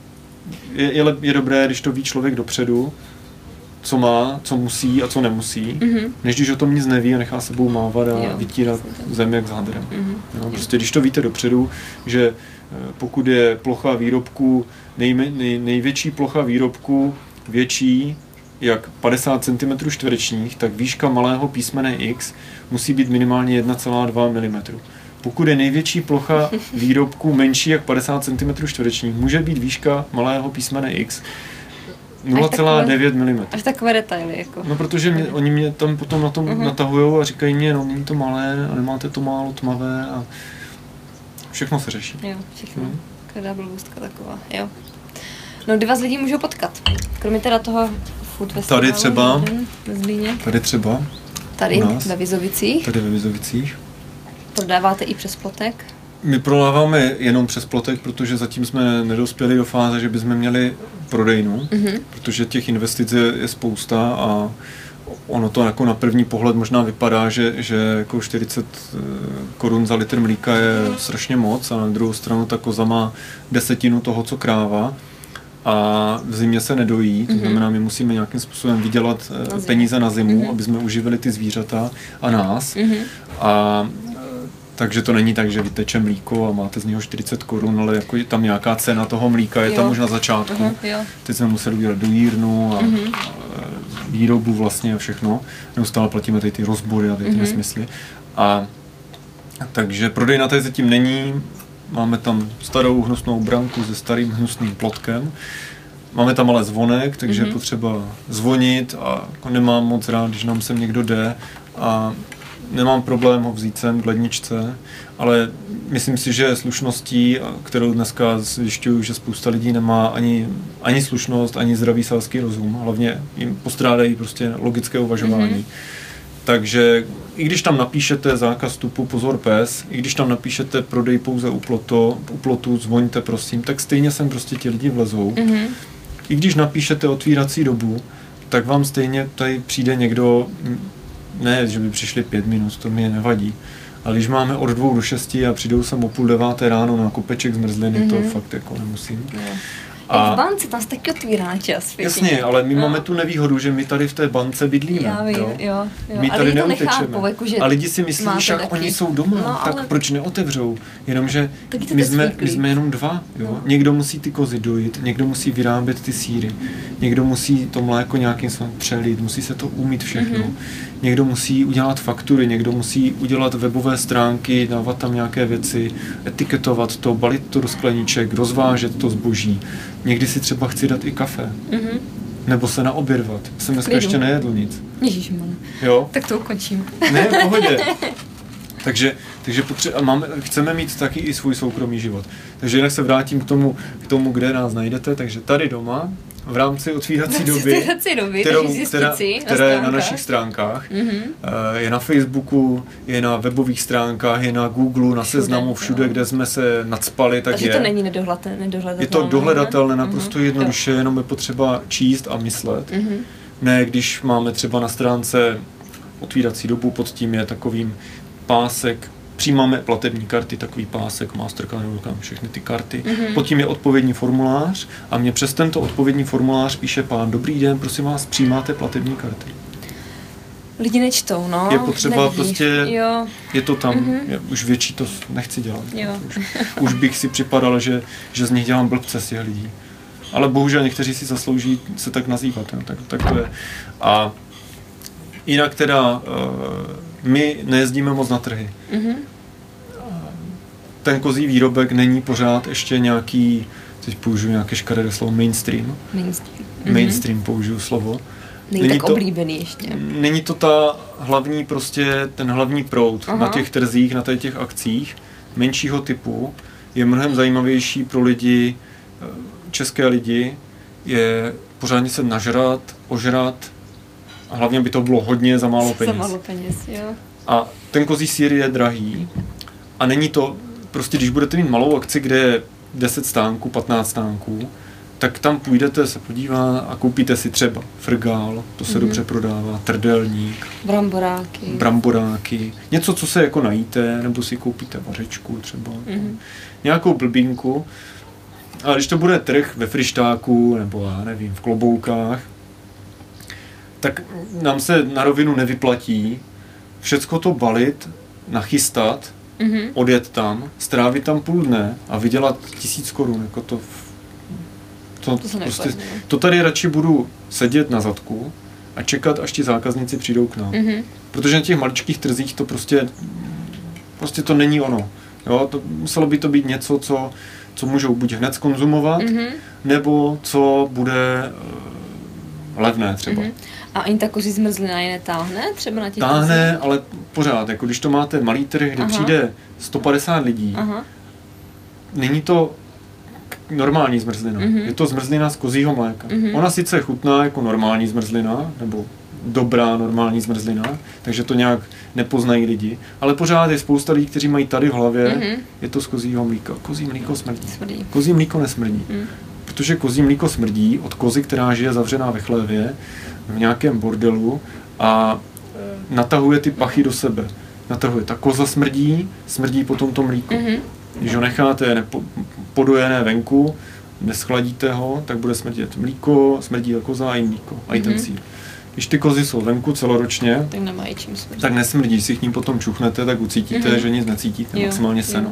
Je dobré, když to ví člověk dopředu, co má, co musí a co nemusí, než když o tom nic neví a nechá sebou mávat a vytírat zem jak s hadrem. Prostě když to víte dopředu, že pokud je plocha výrobku, největší plocha výrobku větší jak 50 cm čtverečních, tak výška malého písmene X musí být minimálně 1,2 mm. Pokud je největší plocha výrobku menší jak 50 cm čtverečních, může být výška malého písmene X 0,9 mm. Až takové detaily. Jako. No, protože oni mě tam potom na tom natahujou a říkají mě, no není to malé a nemáte to málo tmavé a všechno se řeší. Jo, všechno. Každá blbůstka taková, jo. No, kdy vás lidi můžou potkat? Kromě teda toho food festivalu. Tady třeba. Tady třeba. Tady ve Vizovicích. Tady ve Vizovicích. Prodáváte i přes plotek? My prodáváme jenom přes plotek, protože zatím jsme nedospěli do fáze, že bychom měli prodejnu, protože těch investic je spousta a ono to jako na první pohled možná vypadá, že jako 40 korun za litr mlíka je strašně moc a na druhou stranu ta koza má 10 toho, co kráva. A v zimě se nedojí, to znamená, my musíme nějakým způsobem vydělat peníze na zimu, aby jsme uživili ty zvířata a nás. A takže to není tak, že vyteče mlíko a máte z něho 40 korun, ale jako je tam nějaká cena toho mlíka, je tam už na začátku. Teď jsme museli udělat dojírnu a výrobu vlastně a všechno. Neustále platíme tady ty rozbory a ty nesmysly. Takže prodejna tady zatím není. Máme tam starou hnusnou branku se starým hnusným plotkem. Máme tam ale zvonek, takže je potřeba zvonit a nemám moc rád, když nám sem někdo jde a nemám problém ho vzít sem k ledničce, ale myslím si, že slušností, kterou dneska zjišťuju, že spousta lidí nemá ani slušnost, ani zdravý selský rozum, hlavně jim postrádají prostě logické uvažování. Takže i když tam napíšete zákaz vstupu, pozor pes, i když tam napíšete prodej pouze u plotu, zvoňte prosím, tak stejně sem prostě ti lidi vlezou. I když napíšete otvírací dobu, tak vám stejně tady přijde někdo, ne, že by přišli 5 minut, to mi nevadí, ale když máme od 2 do 6 a přijdou sem o 8:30 ráno na kopeček zmrzliny, to fakt jako nemusím. A v bance tam se taky otvírá na čas. Jasně, ale my máme tu nevýhodu, že my tady v té bance bydlíme. Já vím, jo. My tady neutečeme. Jako, a lidi si myslí, že oni jsou doma, tak proč neotevřou? Jenomže my jsme jenom 2. Jo? Někdo musí ty kozy dojít, někdo musí vyrábět ty sýry, někdo musí to mléko nějakým způsobem přelít, musí se to umýt všechno. Někdo musí udělat faktury, někdo musí udělat webové stránky, dávat tam nějaké věci, etiketovat to, balit to do skleníček, rozvážet to zboží. Někdy si třeba chci dát i kafe. Nebo se naobědvat. Jsem dneska ještě nejedl nic. Ježišmane. Jo? Tak to ukončím. Ne, v pohodě. Takže chceme mít taky i svůj soukromý život. Takže jinak se vrátím k tomu, kde nás najdete. Takže tady doma, v rámci otvírací doby, která je na našich stránkách, je na Facebooku, je na webových stránkách, je na Google, na Seznamu, všude, kde jsme se nacpali, tak takže je. To není nedohledatelné. Je to dohledatelné, naprosto jednoduše, jenom je potřeba číst a myslet. Ne, když máme třeba na stránce otvírací dobu, pod tím je takovým pásek, přijímáme platební karty, takový pásek, Mastercard, všechny ty karty. Pod tím je odpovědní formulář a mě přes tento odpovědní formulář píše pán: dobrý den, prosím vás, přijímáte platební karty. Lidi nečtou, no. Je potřeba je to tam, už větší to nechci dělat. Už bych si připadal, že z nich dělám blbce z těch lidí. Ale bohužel někteří si zaslouží se tak nazývat, tak to je. A jinak teda my nejezdíme moc na trhy. Ten kozí výrobek není pořád ještě nějaký, teď použiju nějaké škaredé slovo, mainstream. Mainstream použiju slovo. Není tak oblíbený ještě. Není to ten hlavní proud na těch trzích, na těch akcích menšího typu. Je mnohem zajímavější pro lidi, české lidi, je pořádně se nažrat, ožrat, a hlavně by to bylo hodně za málo peněz. Za málo peněz, jo. A ten kozí sýr je drahý a není to, prostě když budete mít malou akci, kde je 10 stánků, 15 stánků, tak tam půjdete se podívat a koupíte si třeba frgál, to se dobře prodává, trdelník, bramboráky, něco, co se jako najíte, nebo si koupíte vařečku třeba, nějakou blbinku. A když to bude trh ve Frištáku, nebo já nevím, v Kloboukách, tak nám se na rovinu nevyplatí všecko to balit, nachystat, odjet tam, strávit tam půl dne a vydělat 1000 korun. Jako to tady radši budu sedět na zadku a čekat, až ti zákazníci přijdou k nám. Protože na těch maličkých trzích to prostě to není ono. Jo? Muselo by to být něco, co můžou buď hned zkonzumovat, nebo co bude levné třeba. A ani ta kozí zmrzlina je netáhne třeba na těch táhne, trzích? Ale pořád, jako když to máte malý trh, kde přijde 150 lidí, není to normální zmrzlina. Je to zmrzlina z kozího mléka. Ona sice chutná jako normální zmrzlina, nebo dobrá normální zmrzlina, takže to nějak nepoznají lidi, ale pořád je spousta lidí, kteří mají tady v hlavě, je to z kozího mlíka. Kozí mlíko smrdí. Kozí mlíko nesmrdí. Protože kozí mlíko smrdí od kozy, která žije zavřená ve chlévě, v nějakém bordelu a natahuje ty pachy do sebe. Ta koza smrdí potom to mlíko. Když ho necháte podojené venku, neschladíte ho, tak bude smrdět mlíko, smrdí koza a i mlíko, a i ten sýr. Když ty kozy jsou venku celoročně, tak nemají čím smrdit. Tak nesmrdí. Když si k ním potom čuchnete, tak ucítíte, že nic necítíte, maximálně seno.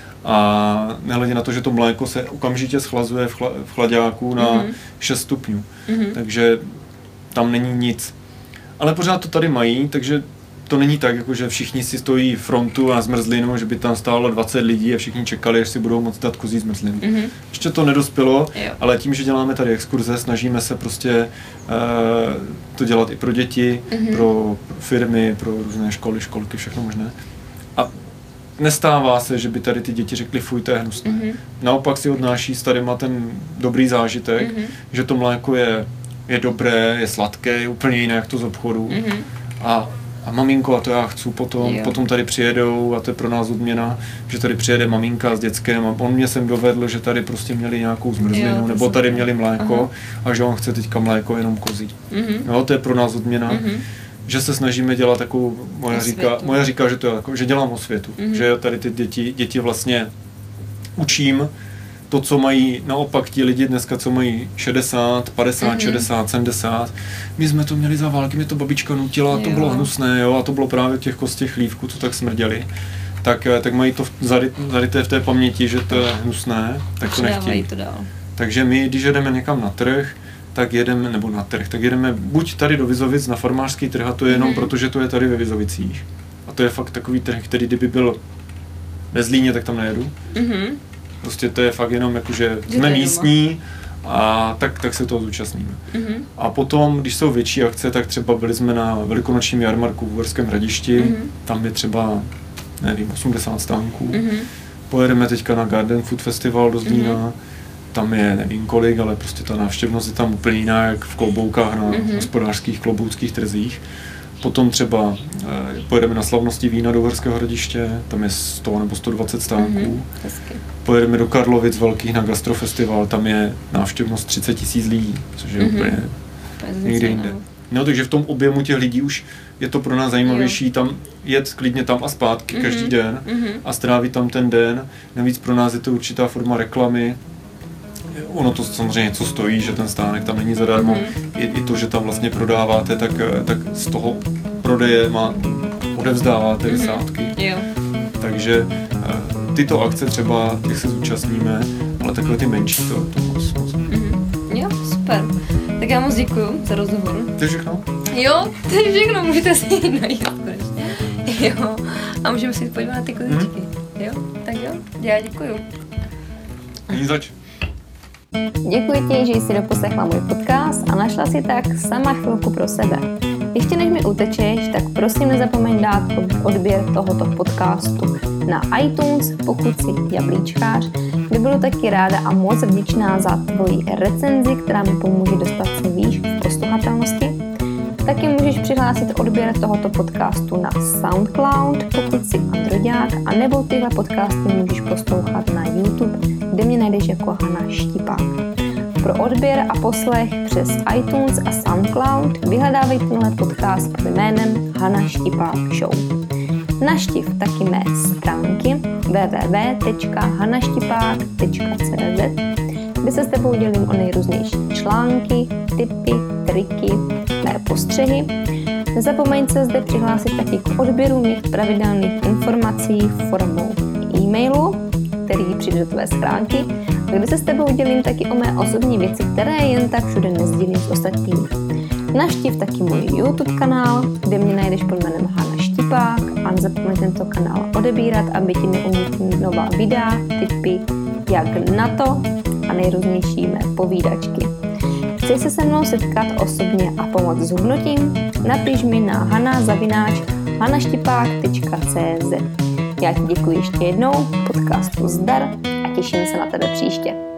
A nehledě na to, že to mléko se okamžitě schlazuje v chlaďáku na 6 stupňů. Takže tam není nic. Ale pořád to tady mají, takže to není tak, jako že všichni si stojí frontu na zmrzlinu, že by tam stálo 20 lidí a všichni čekali, až si budou moct dát kozí zmrzlinu. Ještě to nedospělo, ale tím, že děláme tady exkurze, snažíme se prostě to dělat i pro děti, pro firmy, pro různé školky, všechno možné. A nestává se, že by tady ty děti řekly, fuj, to je hnusné. Naopak si odnáší s tadyma ten dobrý zážitek, že to mléko je dobré, je sladké, je úplně jiné jak to z obchodu. A maminko, a to já chci potom tady přijedou a to je pro nás odměna, že tady přijede maminka s dětskem a on mě sem dovedl, že tady prostě měli nějakou zmrzlinu, nebo tady měli mléko a že on chce teďka mléko jenom kozí. No, to je pro nás odměna, že se snažíme dělat takovou, moja říká, že to je jako, že dělám osvětu, že tady ty děti vlastně učím to, co mají naopak ti lidi dneska, co mají 60, 50, 60, 70. My jsme to měli za války, mě to babička nutila, to bylo hnusné, jo, a to bylo právě těch kostích chlívků, co tak smrděli. Tak mají to zaryté v té paměti, že to je hnusné, tak to nechtějí. Takže my, když jedeme někam na trh, tak jedeme buď tady do Vizovic na farmářský trh, a to je jenom proto, že to je tady ve Vizovicích. A to je fakt takový trh, který kdyby byl ve Zlíně, tak tam nejedu. Prostě to je fakt jenom jakože jsme místní a tak se toho zúčastníme. A potom, když jsou větší akce, tak třeba byli jsme na velikonočním jarmarku v Uherském Hradišti, tam je třeba nevím, 80 stánků. Pojedeme teďka na Garden Food Festival do Zlína, tam je nevím kolik, ale prostě ta návštěvnost je tam úplně jiná, jak v kloboukách na hospodářských klobouckých trzích. Potom třeba pojedeme na slavnosti vína do Uherského Hradiště, tam je 100 nebo 120 stánků. Pojedeme do Karlovic velkých na gastrofestival, tam je návštěvnost 30 000 lidí, což je úplně někde jinde. No, takže v tom objemu těch lidí už je to pro nás zajímavější tam jet klidně tam a zpátky každý den a strávit tam ten den. Navíc pro nás je to určitá forma reklamy. Ono to samozřejmě něco stojí, že ten stánek tam není zadarmo. I to, že tam vlastně prodáváte, tak z toho prodeje odevzdáváte vysádky. Takže tyto akce třeba, těch se zúčastníme, ale takové ty menší to moc. Jo, super. Tak já moc děkuju za rozhovor. To je všechno? Jo, to je všechno, můžete si jít najít konečně. Jo, a můžeme si podívat na ty kozičky. Jo, tak jo, já děkuju. Není zač. Děkuji ti, že jsi doposlechla můj podcast a našla si tak sama chvilku pro sebe. Ještě než mi utečeš, tak prosím nezapomeň dát odběr tohoto podcastu na iTunes, pokud jsi jablíčkář, kde budu taky ráda a moc vděčná za tvoji recenzi, která mi pomůže dostat se výš v posluchatelnosti. Taky můžeš přihlásit odběr tohoto podcastu na SoundCloud, pokud jsi androďák, anebo tyhle podcasty můžeš poslouchat na YouTube, kde mě najdeš jako Hana Štipák. Pro odběr a poslech přes iTunes a SoundCloud vyhledávej tenhle podcast pod jménem Hana Štipák Show. Navštiv taky mé stránky www.hanaštipák.cz, kde se s tebou dělím o nejrůznější články, tipy, triky, mé postřehy. Nezapomeň se zde přihlásit taky k odběru mých pravidelných informací formou e-mailu, který přijde do tvé schránky, kde se s tebou dělím taky o mé osobní věci, které jen tak všude nesdílím s ostatními. Navštiv taky můj YouTube kanál, kde mě najdeš pod jménem Hana Štipák a nezapomeň tento kanál odebírat, aby ti neunikly nová videa, tipy, jak na to a nejrůznější mé povídačky. Chceš se se mnou setkat osobně a pomoct s hubnutím? Napiš mi na hana@hanaštipák.cz. Já ti děkuji ještě jednou, podcastu zdar a těším se na tebe příště.